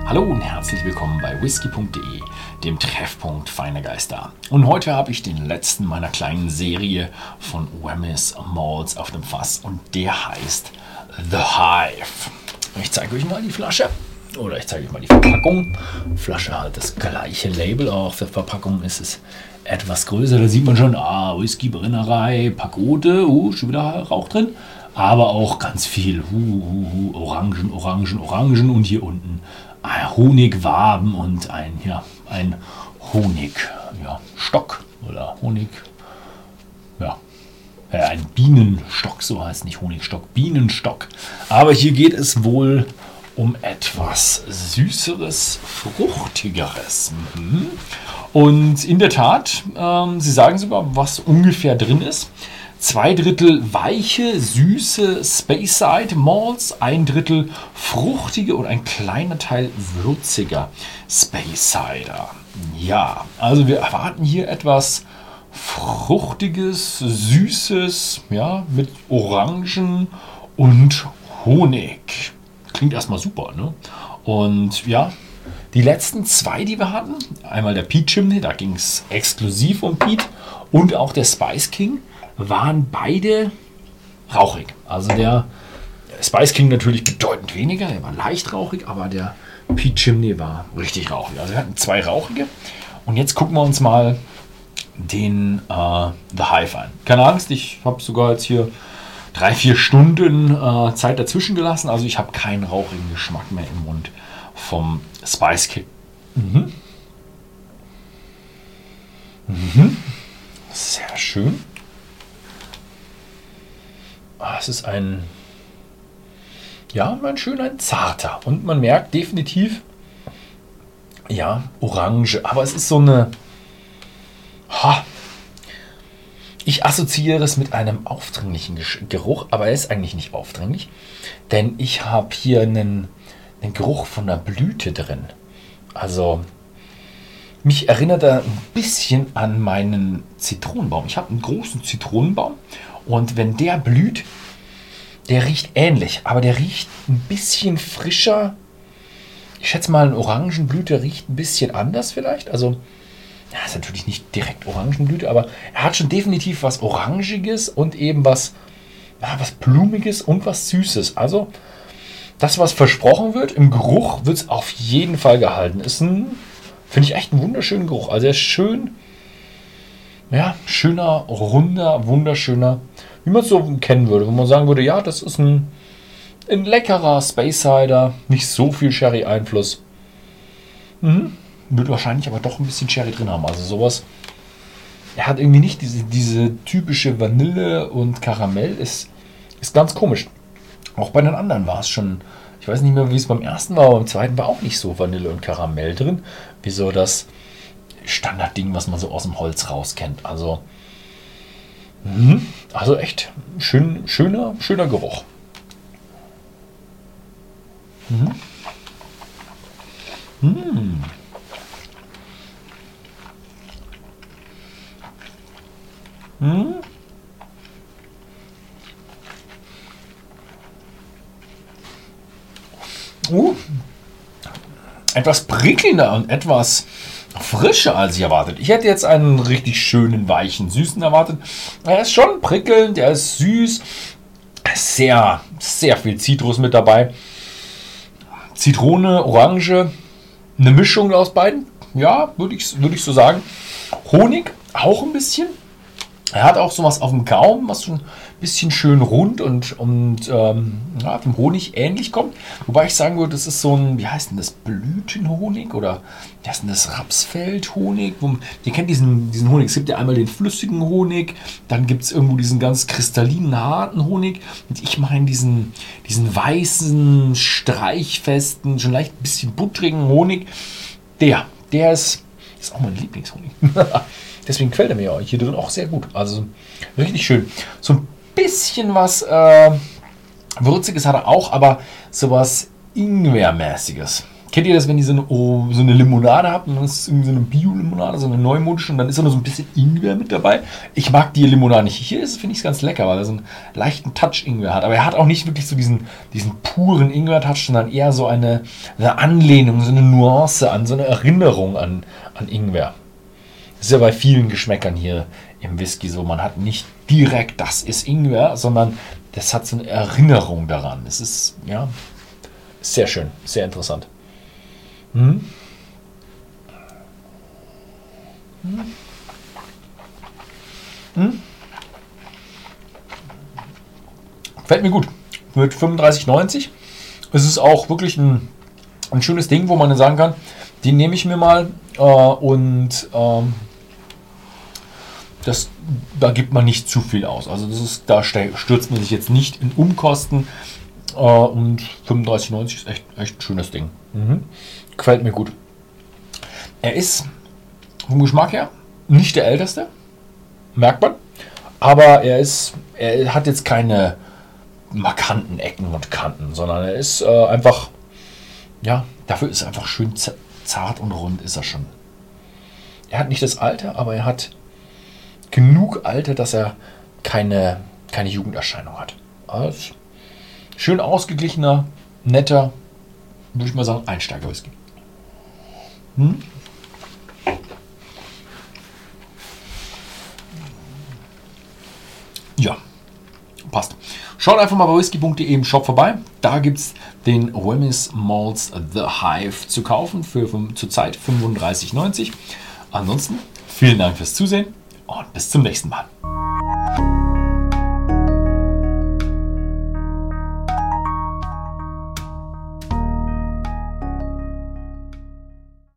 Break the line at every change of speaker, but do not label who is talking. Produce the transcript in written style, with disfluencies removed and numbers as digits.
Hallo und herzlich willkommen bei whisky.de, dem Treffpunkt feiner Geister. Und heute habe ich den letzten meiner kleinen Serie von Wemyss Malts auf dem Fass und der heißt The Hive. Ich zeige euch mal die Flasche oder ich zeige euch mal die Verpackung. Flasche hat das gleiche Label, auch auf der Verpackung ist es etwas größer. Da sieht man schon, Whisky-Brennerei, Pagode, schon wieder Rauch drin. Aber auch ganz viel Orangen und hier unten Honigwaben und ein Honigstock oder Honig, ein Bienenstock, so heißt nicht Honigstock, Bienenstock. Aber hier geht es wohl um etwas Süßeres, Fruchtigeres. Und in der Tat, sie sagen sogar, was ungefähr drin ist. 2/3 weiche, süße Speyside Malts, 1/3 fruchtige und ein kleiner Teil würziger Speysider. Ja, also wir erwarten hier etwas Fruchtiges, Süßes, ja, mit Orangen und Honig. Klingt erstmal super, ne? Und ja, die letzten zwei, die wir hatten, einmal der Peat Chimney, da ging es exklusiv um Peat, und auch der Spice King, waren beide rauchig. Also der Spice King natürlich bedeutend weniger, der war leicht rauchig, aber der Peat Chimney war richtig rauchig. Also wir hatten zwei rauchige. Und jetzt gucken wir uns mal den The Hive an. Keine Angst, ich habe sogar jetzt hier 3-4 Stunden Zeit dazwischen gelassen. Also ich habe keinen rauchigen Geschmack mehr im Mund vom Spice King. Sehr schön. Es ist ein schöner, zarter. Und man merkt definitiv, Orange. Aber es ist so eine... Ich assoziiere es mit einem aufdringlichen Geruch, aber er ist eigentlich nicht aufdringlich. Denn ich habe hier einen Geruch von einer Blüte drin. Also... Mich erinnert er ein bisschen an meinen Zitronenbaum. Ich habe einen großen Zitronenbaum und wenn der blüht, der riecht ähnlich, aber der riecht ein bisschen frischer. Ich schätze mal, eine Orangenblüte riecht ein bisschen anders vielleicht. Also, ist natürlich nicht direkt Orangenblüte, aber er hat schon definitiv was Orangiges und eben was Blumiges und was Süßes. Also, das, was versprochen wird, im Geruch wird es auf jeden Fall gehalten. Finde ich echt einen wunderschönen Geruch. Also er ist schön, schöner, runder, wunderschöner, wie man es so kennen würde. Wo man sagen würde, ja, das ist ein leckerer Speysider, nicht so viel Sherry-Einfluss. Wird wahrscheinlich aber doch ein bisschen Sherry drin haben. Also sowas, er hat irgendwie nicht diese typische Vanille und Karamell, ist ganz komisch. Auch bei den anderen war es schon... Ich weiß nicht mehr, wie es beim ersten war, aber beim zweiten war auch nicht so Vanille und Karamell drin, wie so das Standardding, was man so aus dem Holz raus kennt. Also echt schöner Geruch. Etwas prickelnder und etwas frischer als ich erwartet. Ich hätte jetzt einen richtig schönen, weichen, süßen erwartet. Er ist schon prickelnd, er ist süß. Sehr, sehr viel Zitrus mit dabei. Zitrone, Orange, eine Mischung aus beiden. Ja, würde ich so sagen. Honig auch ein bisschen. Er hat auch sowas auf dem Gaumen, was schon ein bisschen schön rund und dem Honig ähnlich kommt. Wobei ich sagen würde, das ist so ein, wie heißt denn das, Blütenhonig oder wie heißt denn das, Rapsfeldhonig? Ihr kennt diesen Honig. Es gibt ja einmal den flüssigen Honig, dann gibt es irgendwo diesen ganz kristallinen, harten Honig. Und ich meine diesen weißen, streichfesten, schon leicht ein bisschen buttrigen Honig. Der ist auch mein Lieblingshonig. Deswegen quält er mir ja hier drin auch sehr gut. Also richtig schön. So ein bisschen was Würziges hat er auch, aber sowas Ingwermäßiges. Kennt ihr das, wenn ihr so eine Limonade habt und dann ist es irgendwie so eine Bio-Limonade, so eine neumodische und dann ist da noch so ein bisschen Ingwer mit dabei? Ich mag die Limonade nicht. Hier finde ich es ganz lecker, weil er so einen leichten Touch Ingwer hat. Aber er hat auch nicht wirklich so diesen puren Ingwer-Touch, sondern eher so eine Anlehnung, so eine Nuance an, so eine Erinnerung an Ingwer. Das ist ja bei vielen Geschmäckern hier im Whisky so. Man hat nicht direkt, das ist Ingwer, sondern das hat so eine Erinnerung daran. Es ist, ja, sehr schön, sehr interessant. Gefällt mir gut. Mit 35,90 ist es auch wirklich ein schönes Ding, wo man dann sagen kann, den nehme ich mir mal da gibt man nicht zu viel aus. Also da stürzt man sich jetzt nicht in Umkosten. Und 35,90 ist echt ein schönes Ding. Gefällt mir gut. Er ist vom Geschmack her nicht der älteste, merkt man. Aber er hat jetzt keine markanten Ecken und Kanten, sondern er ist einfach, ja, dafür ist er einfach schön zart und rund ist er schon. Er hat nicht das Alter, aber er hat genug Alter, dass er keine Jugenderscheinung hat. Also, schön ausgeglichener, netter, würde ich mal sagen, Einsteiger-Whisky. Ja, passt. Schaut einfach mal bei whisky.de im Shop vorbei. Da gibt es den Wemyss Malts The Hive zu kaufen für zurzeit 35,90. Ansonsten vielen Dank fürs Zusehen und bis zum nächsten Mal.